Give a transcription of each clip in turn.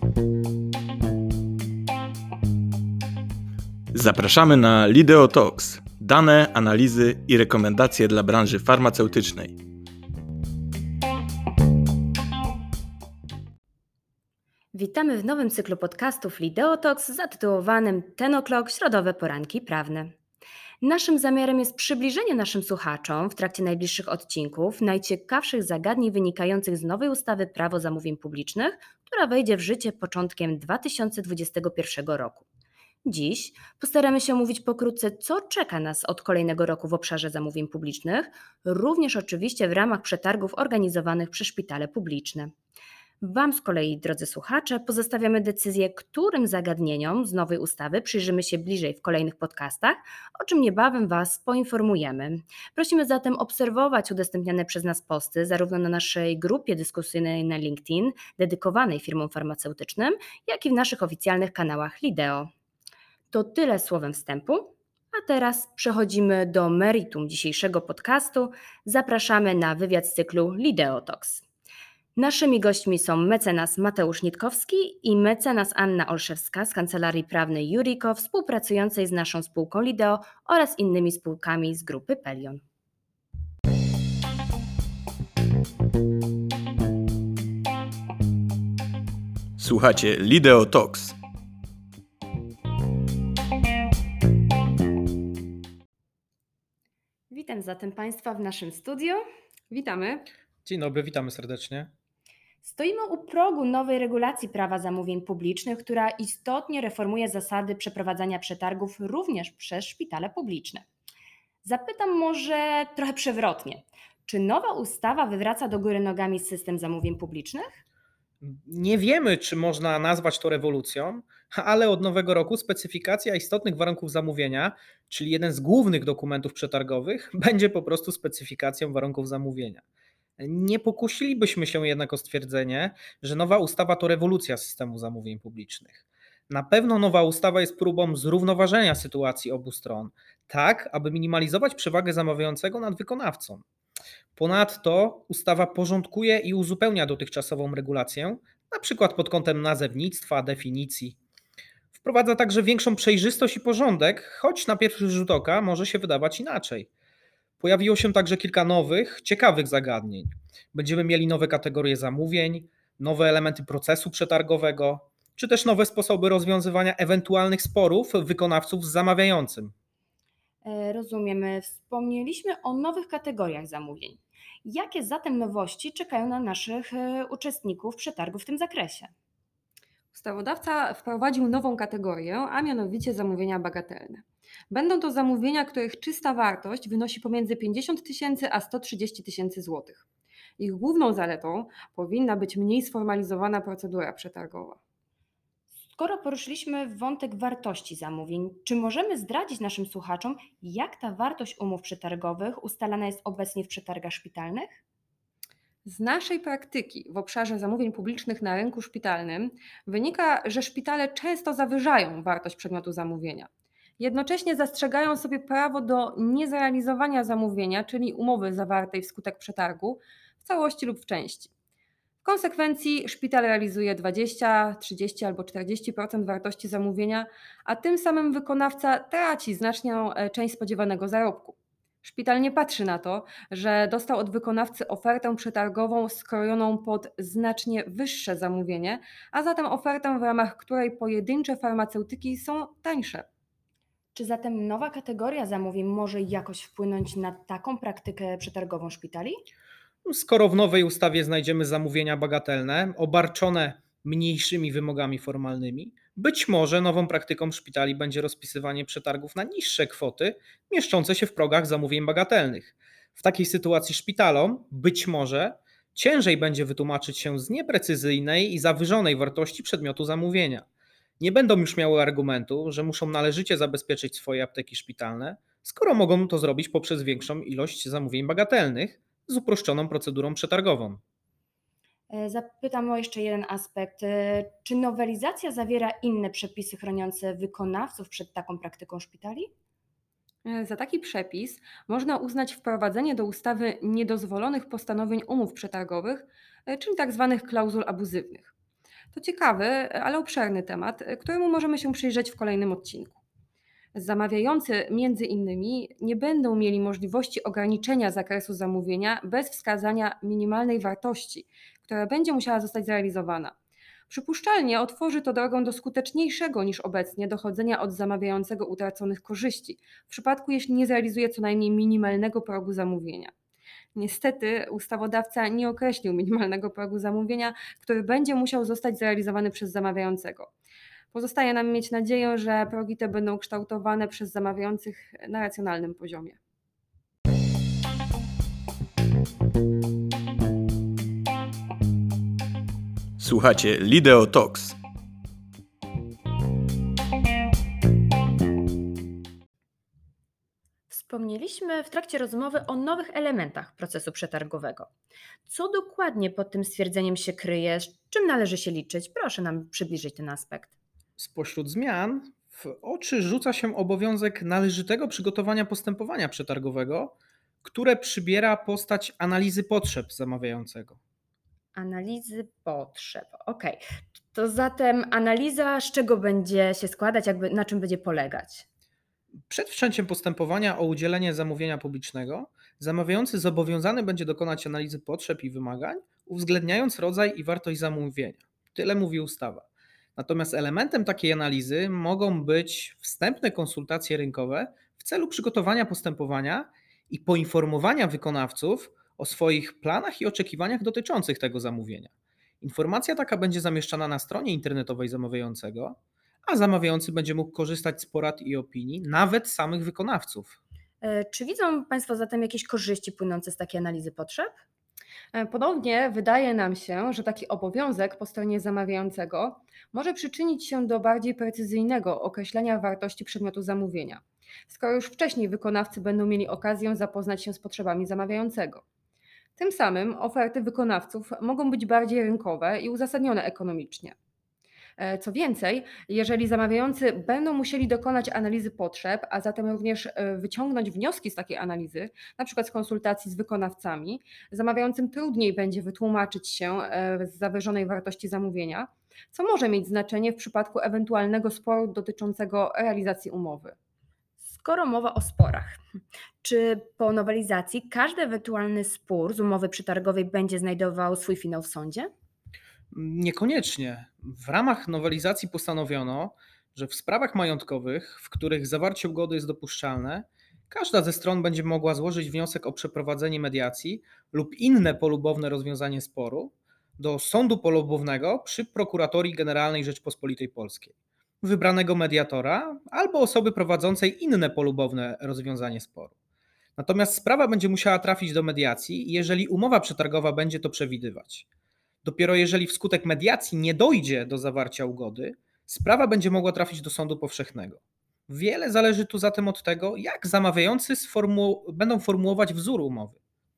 Zapraszamy na Lideo Talks. Dane, analizy i rekomendacje dla branży farmaceutycznej. Witamy w nowym cyklu podcastów Lideo Talks zatytułowanym 10 o'clock środowe poranki prawne. Naszym zamiarem jest przybliżenie naszym słuchaczom w trakcie najbliższych odcinków najciekawszych zagadnień wynikających z nowej ustawy Prawo zamówień publicznych, która wejdzie w życie początkiem 2021 roku. Dziś postaramy się omówić pokrótce, co czeka nas od kolejnego roku w obszarze zamówień publicznych, również oczywiście w ramach przetargów organizowanych przez szpitale publiczne. Wam z kolei, drodzy słuchacze, pozostawiamy decyzję, którym zagadnieniom z nowej ustawy przyjrzymy się bliżej w kolejnych podcastach, o czym niebawem Was poinformujemy. Prosimy zatem obserwować udostępniane przez nas posty zarówno na naszej grupie dyskusyjnej na LinkedIn, dedykowanej firmom farmaceutycznym, jak i w naszych oficjalnych kanałach Lideo. To tyle słowem wstępu, a teraz przechodzimy do meritum dzisiejszego podcastu. Zapraszamy na wywiad z cyklu Lideo Talks. Naszymi gośćmi są mecenas Mateusz Nitkowski i mecenas Anna Olszewska z Kancelarii Prawnej Juriko, współpracującej z naszą spółką Lideo oraz innymi spółkami z grupy Pelion. Słuchacie Lideo Talks. Witam zatem Państwa w naszym studio. Witamy. Dzień dobry, witamy serdecznie. Stoimy u progu nowej regulacji prawa zamówień publicznych, która istotnie reformuje zasady przeprowadzania przetargów również przez szpitale publiczne. Zapytam może trochę przewrotnie. Czy nowa ustawa wywraca do góry nogami system zamówień publicznych? Nie wiemy, czy można nazwać to rewolucją, ale od nowego roku specyfikacja istotnych warunków zamówienia, czyli jeden z głównych dokumentów przetargowych, będzie po prostu specyfikacją warunków zamówienia. Nie pokusilibyśmy się jednak o stwierdzenie, że nowa ustawa to rewolucja systemu zamówień publicznych. Na pewno nowa ustawa jest próbą zrównoważenia sytuacji obu stron, tak aby minimalizować przewagę zamawiającego nad wykonawcą. Ponadto ustawa porządkuje i uzupełnia dotychczasową regulację, np. pod kątem nazewnictwa, definicji. Wprowadza także większą przejrzystość i porządek, choć na pierwszy rzut oka może się wydawać inaczej. Pojawiło się także kilka nowych, ciekawych zagadnień. Będziemy mieli nowe kategorie zamówień, nowe elementy procesu przetargowego, czy też nowe sposoby rozwiązywania ewentualnych sporów wykonawców z zamawiającym. Rozumiem. Wspomnieliśmy o nowych kategoriach zamówień. Jakie zatem nowości czekają na naszych uczestników przetargu w tym zakresie? Ustawodawca wprowadził nową kategorię, a mianowicie zamówienia bagatelne. Będą to zamówienia, których czysta wartość wynosi pomiędzy 50 000 a 130 000 złotych. Ich główną zaletą powinna być mniej sformalizowana procedura przetargowa. Skoro poruszyliśmy wątek wartości zamówień, czy możemy zdradzić naszym słuchaczom, jak ta wartość umów przetargowych ustalana jest obecnie w przetargach szpitalnych? Z naszej praktyki w obszarze zamówień publicznych na rynku szpitalnym wynika, że szpitale często zawyżają wartość przedmiotu zamówienia. Jednocześnie zastrzegają sobie prawo do niezrealizowania zamówienia, czyli umowy zawartej wskutek przetargu w całości lub w części. W konsekwencji szpital realizuje 20, 30 albo 40% wartości zamówienia, a tym samym wykonawca traci znaczną część spodziewanego zarobku. Szpital nie patrzy na to, że dostał od wykonawcy ofertę przetargową skrojoną pod znacznie wyższe zamówienie, a zatem ofertę, w ramach której pojedyncze farmaceutyki są tańsze. Czy zatem nowa kategoria zamówień może jakoś wpłynąć na taką praktykę przetargową szpitali? Skoro w nowej ustawie znajdziemy zamówienia bagatelne, obarczone mniejszymi wymogami formalnymi, być może nową praktyką szpitali będzie rozpisywanie przetargów na niższe kwoty mieszczące się w progach zamówień bagatelnych. W takiej sytuacji szpitalom być może ciężej będzie wytłumaczyć się z nieprecyzyjnej i zawyżonej wartości przedmiotu zamówienia. Nie będą już miały argumentu, że muszą należycie zabezpieczyć swoje apteki szpitalne, skoro mogą to zrobić poprzez większą ilość zamówień bagatelnych z uproszczoną procedurą przetargową. Zapytam o jeszcze jeden aspekt. Czy nowelizacja zawiera inne przepisy chroniące wykonawców przed taką praktyką szpitali? Za taki przepis można uznać wprowadzenie do ustawy niedozwolonych postanowień umów przetargowych, czyli tzw. klauzul abuzywnych. To ciekawy, ale obszerny temat, któremu możemy się przyjrzeć w kolejnym odcinku. Zamawiający między innymi nie będą mieli możliwości ograniczenia zakresu zamówienia bez wskazania minimalnej wartości, która będzie musiała zostać zrealizowana. Przypuszczalnie otworzy to drogę do skuteczniejszego niż obecnie dochodzenia od zamawiającego utraconych korzyści, w przypadku jeśli nie zrealizuje co najmniej minimalnego progu zamówienia. Niestety ustawodawca nie określił minimalnego progu zamówienia, który będzie musiał zostać zrealizowany przez zamawiającego. Pozostaje nam mieć nadzieję, że progi te będą kształtowane przez zamawiających na racjonalnym poziomie. Słuchacie Lideo Talks. Wspomnieliśmy w trakcie rozmowy o nowych elementach procesu przetargowego. Co dokładnie pod tym stwierdzeniem się kryje? Z czym należy się liczyć? Proszę nam przybliżyć ten aspekt. Spośród zmian w oczy rzuca się obowiązek należytego przygotowania postępowania przetargowego, które przybiera postać analizy potrzeb zamawiającego. Analizy potrzeb. Okej. To zatem analiza z czego będzie się składać, na czym będzie polegać? Przed wszczęciem postępowania o udzielenie zamówienia publicznego zamawiający zobowiązany będzie dokonać analizy potrzeb i wymagań, uwzględniając rodzaj i wartość zamówienia. Tyle mówi ustawa. Natomiast elementem takiej analizy mogą być wstępne konsultacje rynkowe w celu przygotowania postępowania i poinformowania wykonawców o swoich planach i oczekiwaniach dotyczących tego zamówienia. Informacja taka będzie zamieszczana na stronie internetowej zamawiającego, a zamawiający będzie mógł korzystać z porad i opinii nawet samych wykonawców. Czy widzą Państwo zatem jakieś korzyści płynące z takiej analizy potrzeb? Podobnie wydaje nam się, że taki obowiązek po stronie zamawiającego może przyczynić się do bardziej precyzyjnego określenia wartości przedmiotu zamówienia, skoro już wcześniej wykonawcy będą mieli okazję zapoznać się z potrzebami zamawiającego. Tym samym oferty wykonawców mogą być bardziej rynkowe i uzasadnione ekonomicznie. Co więcej, jeżeli zamawiający będą musieli dokonać analizy potrzeb, a zatem również wyciągnąć wnioski z takiej analizy, na przykład z konsultacji z wykonawcami, zamawiającym trudniej będzie wytłumaczyć się z zawyżonej wartości zamówienia, co może mieć znaczenie w przypadku ewentualnego sporu dotyczącego realizacji umowy. Skoro mowa o sporach, czy po nowelizacji każdy ewentualny spór z umowy przetargowej będzie znajdował swój finał w sądzie? Niekoniecznie. W ramach nowelizacji postanowiono, że w sprawach majątkowych, w których zawarcie ugody jest dopuszczalne, każda ze stron będzie mogła złożyć wniosek o przeprowadzenie mediacji lub inne polubowne rozwiązanie sporu do sądu polubownego przy Prokuratorii Generalnej Rzeczypospolitej Polskiej, wybranego mediatora albo osoby prowadzącej inne polubowne rozwiązanie sporu. Natomiast sprawa będzie musiała trafić do mediacji, jeżeli umowa przetargowa będzie to przewidywać. Dopiero jeżeli wskutek mediacji nie dojdzie do zawarcia ugody, sprawa będzie mogła trafić do sądu powszechnego. Wiele zależy tu zatem od tego, jak zamawiający będą formułować wzór umowy.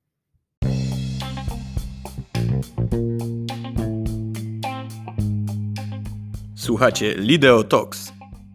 Słuchacie Lideo Talks.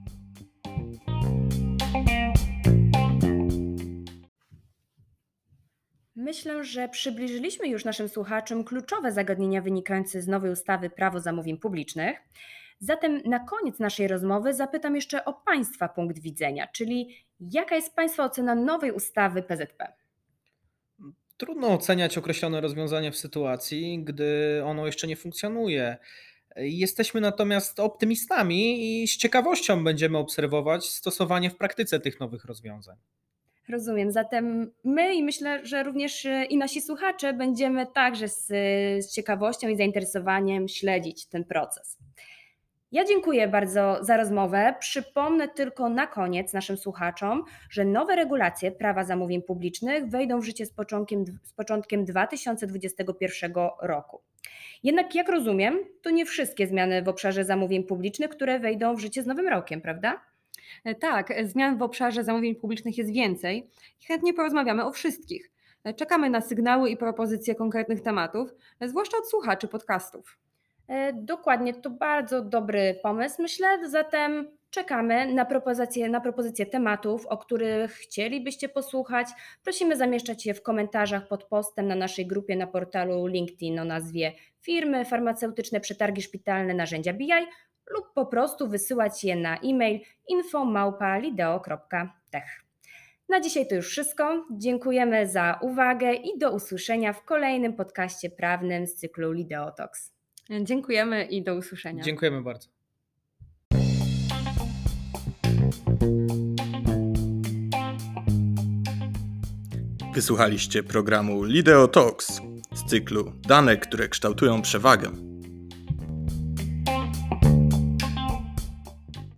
Myślę, że przybliżyliśmy już naszym słuchaczom kluczowe zagadnienia wynikające z nowej ustawy Prawo zamówień publicznych. Zatem na koniec naszej rozmowy zapytam jeszcze o Państwa punkt widzenia, czyli jaka jest Państwa ocena nowej ustawy PZP? Trudno oceniać określone rozwiązanie w sytuacji, gdy ono jeszcze nie funkcjonuje. Jesteśmy natomiast optymistami i z ciekawością będziemy obserwować stosowanie w praktyce tych nowych rozwiązań. Rozumiem, zatem my i myślę, że również i nasi słuchacze będziemy także z ciekawością i zainteresowaniem śledzić ten proces. Ja dziękuję bardzo za rozmowę. Przypomnę tylko na koniec naszym słuchaczom, że nowe regulacje prawa zamówień publicznych wejdą w życie z początkiem 2021 roku. Jednak jak rozumiem, to nie wszystkie zmiany w obszarze zamówień publicznych, które wejdą w życie z nowym rokiem, prawda? Tak, zmian w obszarze zamówień publicznych jest więcej i chętnie porozmawiamy o wszystkich. Czekamy na sygnały i propozycje konkretnych tematów, zwłaszcza od słuchaczy podcastów. Dokładnie, to bardzo dobry pomysł, myślę, zatem czekamy na propozycje tematów, o których chcielibyście posłuchać. Prosimy zamieszczać je w komentarzach pod postem na naszej grupie na portalu LinkedIn o nazwie Firmy farmaceutyczne, przetargi szpitalne, narzędzia BI lub po prostu wysyłać je na e-mail info@lideo.tech. Na dzisiaj to już wszystko. Dziękujemy za uwagę i do usłyszenia w kolejnym podcaście prawnym z cyklu Lideo Talks. Dziękujemy i do usłyszenia. Dziękujemy bardzo. Wysłuchaliście programu Lideo Talks z cyklu Dane, które kształtują przewagę.